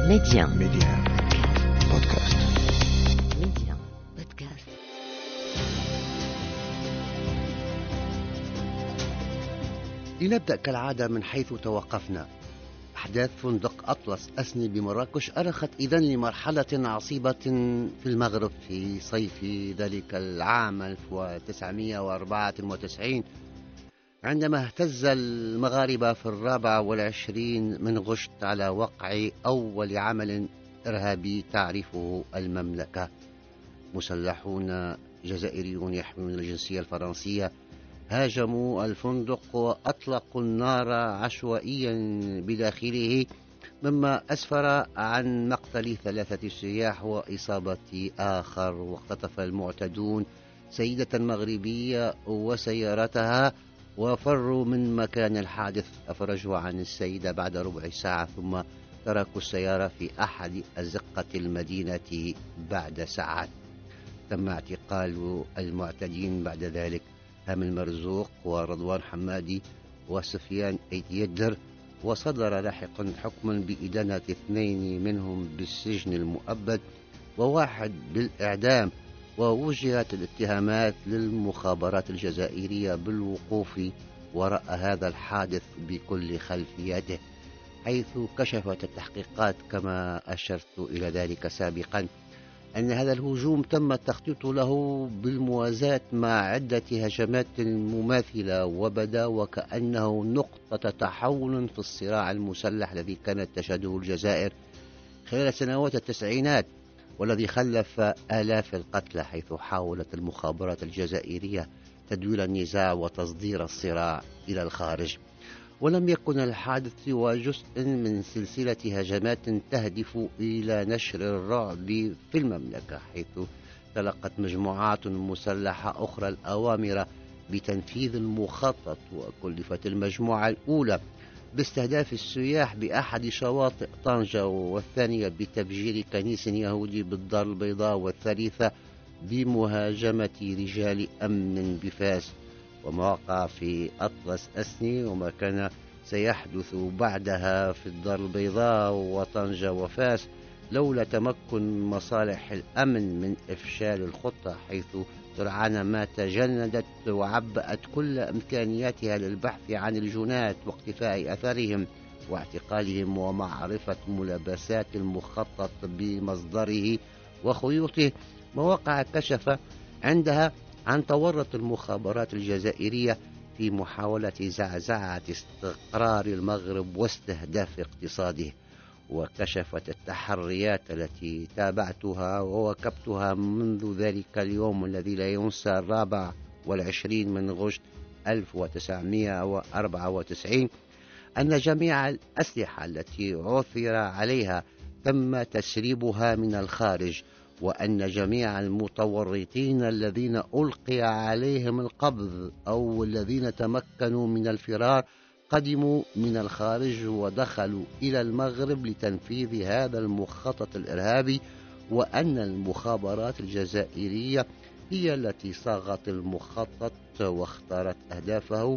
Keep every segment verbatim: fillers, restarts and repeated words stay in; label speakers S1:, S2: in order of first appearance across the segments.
S1: Média.
S2: Média. Podcast.
S1: Média. Podcast.
S3: لنبدأ كالعادة من حيث توقفنا. أحداث فندق أطلس أسني بمراكش أرخت إذن لمرحلة عصيبة في المغرب في صيف ذلك العام ألف وتسعمائة وأربعة وتسعين، عندما اهتز المغاربة في الرابع والعشرين من غشت على وقع أول عمل إرهابي تعرفه المملكة. مسلحون جزائريون يحملون الجنسية الفرنسية هاجموا الفندق وأطلقوا النار عشوائيا بداخله، مما أسفر عن مقتل ثلاثة سياح وإصابة آخر. واختطف المعتدون سيدة مغربية وسيارتها وفروا من مكان الحادث. أفرجوا عن السيدة بعد ربع ساعة ثم تركوا السيارة في أحد أزقة المدينة بعد ساعات. تم اعتقال المعتدين بعد ذلك هامل مرزوق ورضوان حمادي وسفيان أيتيدر، وصدر لاحقا حكم بإدانة اثنين منهم بالسجن المؤبد وواحد بالإعدام. ووجهت الاتهامات للمخابرات الجزائرية بالوقوف وراء هذا الحادث بكل خلفياته، حيث كشفت التحقيقات كما أشرت إلى ذلك سابقا أن هذا الهجوم تم التخطيط له بالموازاة مع عدة هجمات مماثلة، وبدا وكأنه نقطة تحول في الصراع المسلح الذي كانت تشهده الجزائر خلال سنوات التسعينات، والذي خلف آلاف القتلى، حيث حاولت المخابرات الجزائرية تدوير النزاع وتصدير الصراع إلى الخارج. ولم يكن الحادث سوى جزء من سلسلة هجمات تهدف إلى نشر الرعب في المملكة، حيث تلقت مجموعات مسلحة أخرى الأوامر بتنفيذ المخطط. وكلفت المجموعة الأولى باستهداف السياح بأحد شواطئ طنجة، والثانية بتفجير كنيس يهودي بالدار البيضاء، والثالثة بمهاجمة رجال أمن بفاس. وما وقع في أطلس أسني وما كان سيحدث بعدها في الدار البيضاء وطنجة وفاس لولا تمكن مصالح الأمن من إفشال الخطة، حيث سرعان ما تجندت وعبأت كل إمكانياتها للبحث عن الجنات واقتفاء أثرهم واعتقالهم ومعرفة ملابسات المخطط بمصدره وخيوطه. مواقع كشف عندها عن تورط المخابرات الجزائرية في محاولة زعزعة استقرار المغرب واستهداف اقتصاده. وكشفت التحريات التي تابعتها وواكبتها منذ ذلك اليوم الذي لا ينسى، الرابع والعشرين من غشت ألف وتسعمائة وأربعة وتسعين، أن جميع الأسلحة التي عثر عليها تم تسريبها من الخارج، وأن جميع المتورطين الذين ألقي عليهم القبض أو الذين تمكنوا من الفرار قدموا من الخارج ودخلوا إلى المغرب لتنفيذ هذا المخطط الإرهابي، وأن المخابرات الجزائرية هي التي صاغت المخطط واختارت أهدافه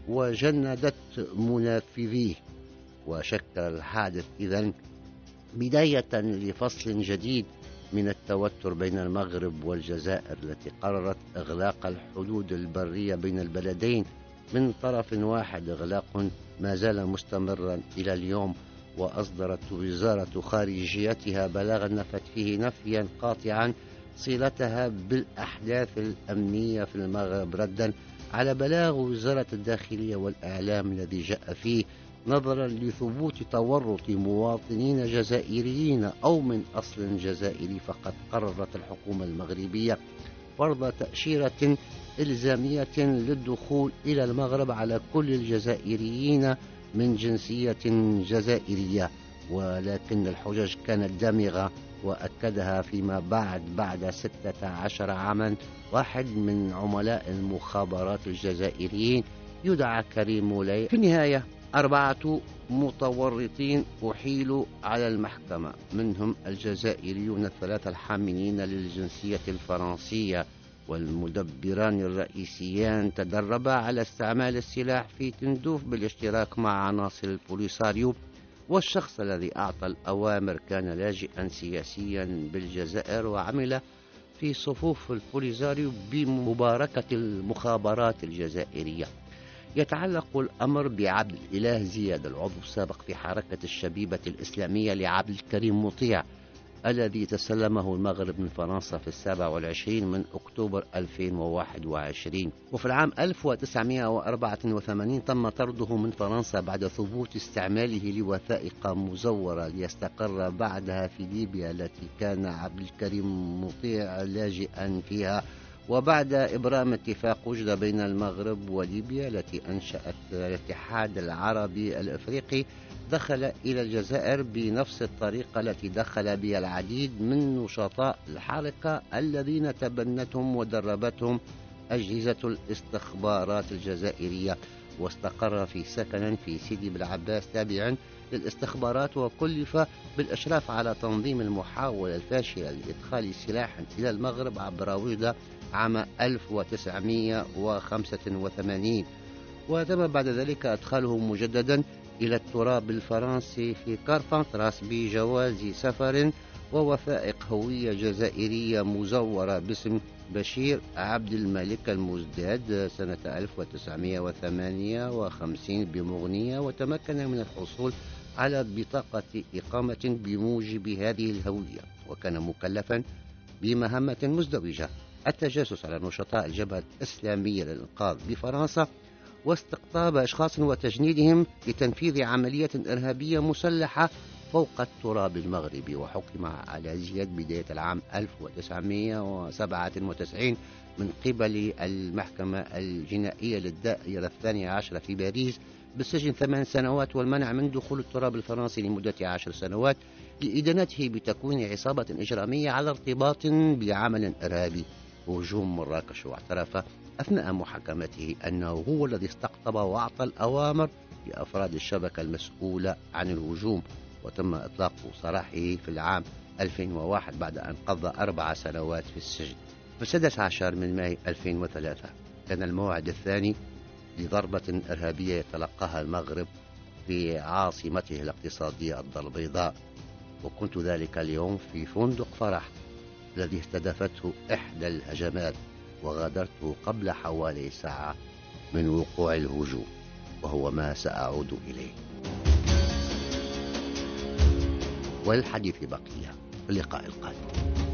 S3: وجندت منفذيه. وشكل الحادث إذن بداية لفصل جديد من التوتر بين المغرب والجزائر، التي قررت إغلاق الحدود البرية بين البلدين من طرف واحد، إغلاق ما زال مستمرا إلى اليوم. وأصدرت وزارة خارجيتها بلاغا نفت فيه نفيا قاطعا صلتها بالأحداث الأمنية في المغرب، ردا على بلاغ وزارة الداخلية والإعلام الذي جاء فيه نظرا لثبوت تورط مواطنين جزائريين أو من أصل جزائري. فقد قررت الحكومة المغربية فرض تأشيرة إلزامية للدخول إلى المغرب على كل الجزائريين من جنسية جزائرية، ولكن الحجج كانت دامغة. وأكدها فيما بعد بعد ستة عشر عاما واحد من عملاء المخابرات الجزائريين يدعى كريم مولاي. في النهاية أربعة متورطين أحيلوا على المحكمة، منهم الجزائريون الثلاثة الحاملين للجنسية الفرنسية، والمدبران الرئيسيان تدربا على استعمال السلاح في تندوف بالاشتراك مع عناصر البوليساريو والشخص الذي أعطى الأوامر كان لاجئا سياسيا بالجزائر وعمل في صفوف البوليزاريو بمباركة المخابرات الجزائرية. يتعلق الأمر بعبد الإله زياد، العضو السابق في حركة الشبيبة الإسلامية لعبد الكريم مطيع، الذي تسلمه المغرب من فرنسا في السابع والعشرين من أكتوبر ألفين وواحد وعشرين. وفي العام ألف وتسعمائة وأربعة وثمانين تم طرده من فرنسا بعد ثبوت استعماله لوثائق مزورة ليستقر بعدها في ليبيا التي كان عبد الكريم مطيع لاجئا فيها. وبعد إبرام اتفاق وجد بين المغرب وليبيا التي أنشأت الاتحاد العربي الأفريقي، دخل إلى الجزائر بنفس الطريقة التي دخل بها العديد من نشطاء الحركة الذين تبنتهم ودربتهم أجهزة الاستخبارات الجزائرية، واستقر في سكن في سيدي بالعباس تابعا للاستخبارات، وكلف بالإشراف على تنظيم المحاولة الفاشلة لإدخال سلاح إلى المغرب عبر وجدة عام ألف وتسعمائة وخمسة وثمانين، وتم بعد ذلك إدخاله مجددا إلى التراب الفرنسي في كارفانتراس بجواز سفر ووثائق هوية جزائرية مزورة باسم بشير عبد الملك المزداد سنة ألف وتسعمائة وثمانية وخمسين بمغنية، وتمكن من الحصول على بطاقة إقامة بموجب هذه الهوية، وكان مكلفا بمهمة مزدوجة: التجسس على نشطاء الجبهة الإسلامية للإنقاذ بفرنسا، واستقطاب أشخاص وتجنيدهم لتنفيذ عملية إرهابية مسلحة فوق التراب المغربي. وحكم على زياد بداية العام ألف وتسعمائة وسبعة وتسعين من قبل المحكمة الجنائية للدائرة الثانية عشرة في باريس بالسجن ثمان سنوات والمنع من دخول التراب الفرنسي لمدة عشر سنوات لإدانته بتكوين عصابة إجرامية على ارتباط بعمل إرهابي هجوم مراكش. واعترف أثناء محاكمته أنه هو الذي استقطب وأعطى الأوامر لأفراد الشبكة المسؤولة عن الهجوم، وتم إطلاق سراحه في العام ألفين وواحد بعد أن قضى أربع سنوات في السجن. في السادس عشر من ماي ألفين وثلاثة كان الموعد الثاني لضربة إرهابية يتلقاها المغرب في عاصمته الاقتصادية الدار البيضاء، وكنت ذلك اليوم في فندق فرح الذي استهدفته إحدى الهجمات، وغادرته قبل حوالي ساعة من وقوع الهجوم، وهو ما سأعود إليه. والحديث بقية في اللقاء القادم.